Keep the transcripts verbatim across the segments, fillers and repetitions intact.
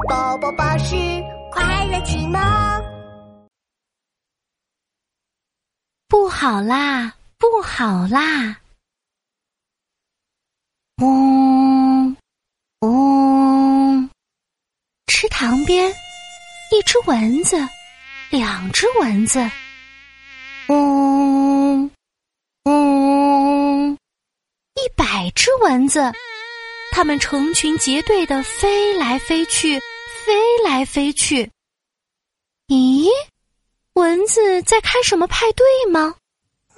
宝宝巴士快乐启蒙。 不好啦，不好啦！嗡嗡，池塘边，一只蚊子，两只蚊子，嗡嗡，一百只蚊子，它们成群结队地飞来飞去，飞来飞去。咦？蚊子在开什么派对吗？ 嗯，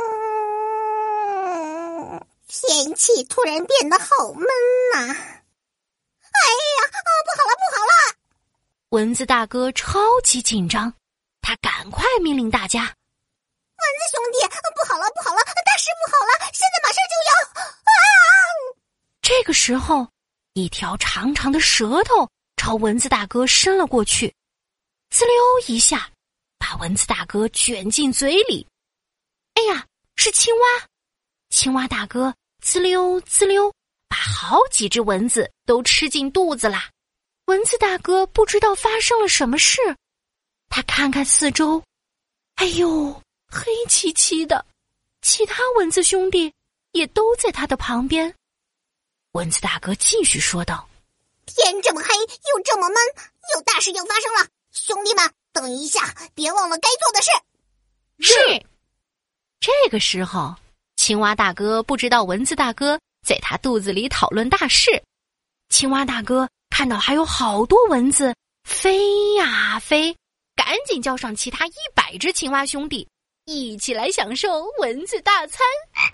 天气突然变得好闷呐、啊！哎呀，啊，不好了，不好了！ 蚊子大哥超级紧张，他赶快命令大家：蚊子兄弟，不好了，不好了，大事不好了，现在马上就要……啊！ 这个时候，一条长长的舌头朝蚊子大哥伸了过去，滋溜一下。把蚊子大哥卷进嘴里，哎呀，是青蛙！青蛙大哥滋溜滋溜，把好几只蚊子都吃进肚子啦。蚊子大哥不知道发生了什么事，他看看四周，哎呦，黑漆漆的，其他蚊子兄弟也都在他的旁边。蚊子大哥继续说道： 天这么黑，又这么闷，有大事要发生了，兄弟们，等一下，别忘了该做的事。 是。这个时候，青蛙大哥不知道蚊子大哥在他肚子里讨论大事。青蛙大哥看到还有好多蚊子飞呀飞，赶紧叫上其他一百只青蛙兄弟，一起来享受蚊子大餐。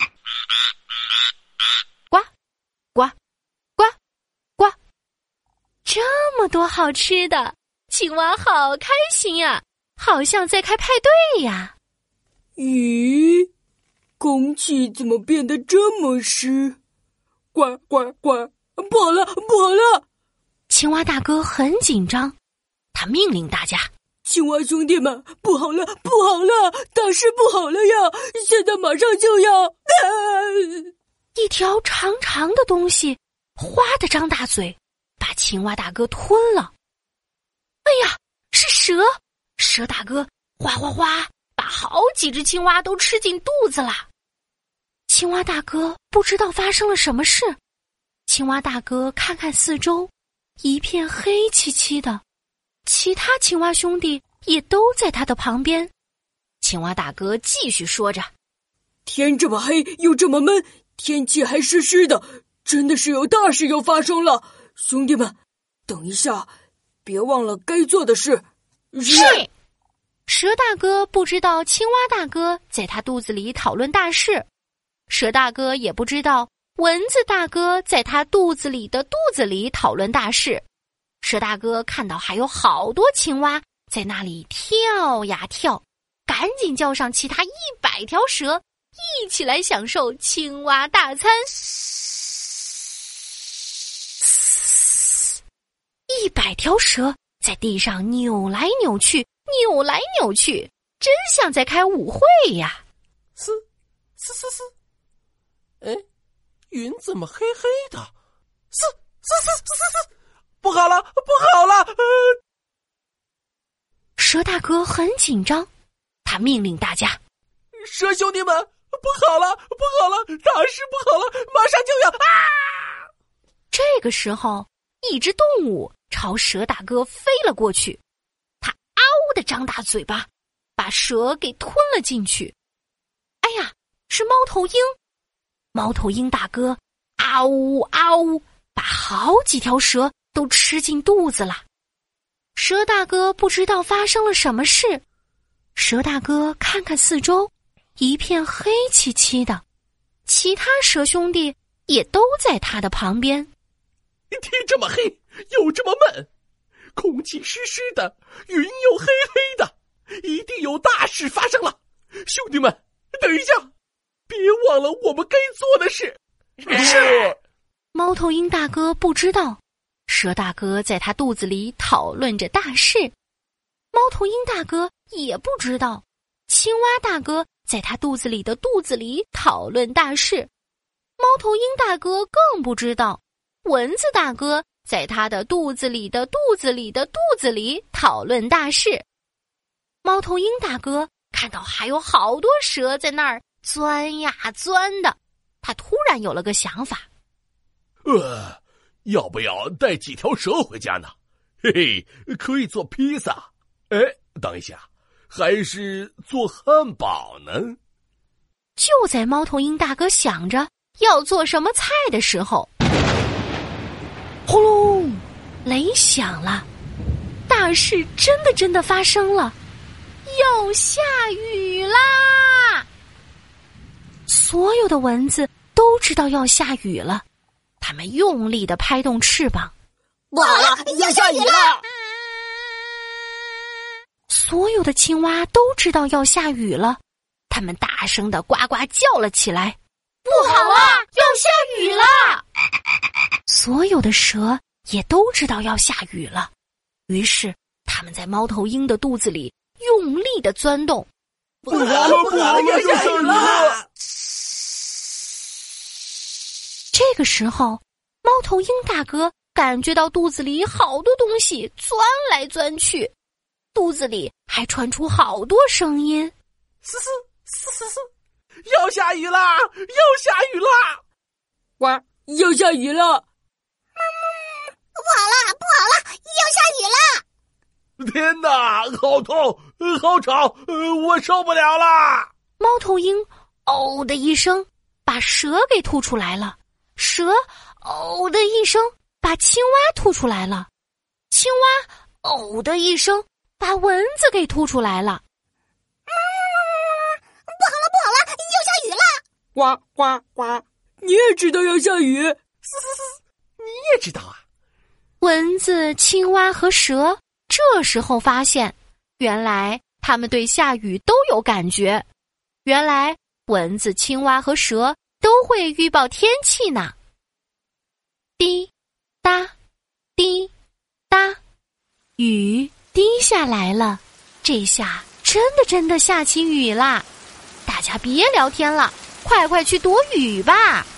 呱呱呱呱，这么多好吃的！青蛙好开心呀、啊，好像在开派对呀。 咦，空气怎么变得这么湿？呱呱呱，不好了，不好了！ 青蛙大哥很紧张，他命令大家： 青蛙兄弟们，不好了，不好了，大事不好了呀！现在马上就要……啊、 一条长长的东西哗地张大嘴，把青蛙大哥吞了。哎呀，是蛇！蛇大哥哗哗哗，把好几只青蛙都吃进肚子啦。青蛙大哥不知道发生了什么事，青蛙大哥看看四周，一片黑漆漆的，其他青蛙兄弟也都在他的旁边。青蛙大哥继续说着： 天这么黑，又这么闷，天气还湿湿的，真的是有大事要发生了。兄弟们，等一下，别忘了该做的事。 是。蛇大哥不知道青蛙大哥在他肚子里讨论大事，蛇大哥也不知道蚊子大哥在他肚子里的肚子里讨论大事。蛇大哥看到还有好多青蛙在那里跳呀跳，赶紧叫上其他一百条蛇，一起来享受青蛙大餐。一百条蛇在地上扭来扭去，扭来扭去，真像在开舞会呀！ 嘶嘶嘶嘶，哎，云怎么黑黑的？嘶嘶嘶嘶嘶，不好了，不好了！呃、 蛇大哥很紧张，他命令大家： 蛇兄弟们，不好了，不好了，大事不好了，马上就要……啊！ 这个时候，一只动物朝蛇大哥飞了过去，他嗷的张大嘴巴，把蛇给吞了进去。哎呀，是猫头鹰！猫头鹰大哥嗷呜嗷呜，把好几条蛇都吃进肚子了。蛇大哥不知道发生了什么事，蛇大哥看看四周，一片黑漆漆的，其他蛇兄弟也都在他的旁边。 天这么黑，又这么闷，空气湿湿的，云又黑黑的，一定有大事发生了。兄弟们，等一下，别忘了我们该做的事。 是。猫头鹰大哥不知道，蛇大哥在他肚子里讨论着大事。猫头鹰大哥也不知道，青蛙大哥在他肚子里的肚子里讨论大事。猫头鹰大哥更不知道，蚊子大哥在他的肚子里的肚子里的肚子里讨论大事。猫头鹰大哥看到还有好多蛇在那儿钻呀钻的，他突然有了个想法。 呃，要不要带几条蛇回家呢？嘿嘿，可以做披萨。哎，等一下，还是做汉堡呢？ 就在猫头鹰大哥想着要做什么菜的时候，轰隆，雷响了，大事真的真的发生了，要下雨啦！所有的蚊子都知道要下雨了，它们用力地拍动翅膀。 不好了，要下雨了！ 所有的青蛙都知道要下雨了，它们大声地呱呱叫了起来。不好了，要下雨了！所有的蛇也都知道要下雨了，于是它们在猫头鹰的肚子里用力地钻动。 不好了，不好了，要下雨了！ 这个时候，猫头鹰大哥感觉到肚子里好多东西钻来钻去，肚子里还传出好多声音。 嘶嘶嘶嘶嘶，要下雨啦！要下雨啦！ 呱，要下雨了！ 不好了，不好了，要下雨了！ 天哪，好痛，好吵，我受不了啦！ 猫头鹰哦的一声把蛇给吐出来了，蛇哦的一声把青蛙吐出来了，青蛙哦的一声把蚊子给吐出来了。 不好了，不好了，要下雨了！ 呱呱呱！你也知道要下雨？ 嘶嘶嘶，你也知道啊？ 蚊子、青蛙和蛇这时候发现，原来它们对下雨都有感觉。原来蚊子、青蛙和蛇都会预报天气呢。滴答滴答，雨滴下来了，这下真的真的下起雨啦！大家别聊天了，快快去躲雨吧！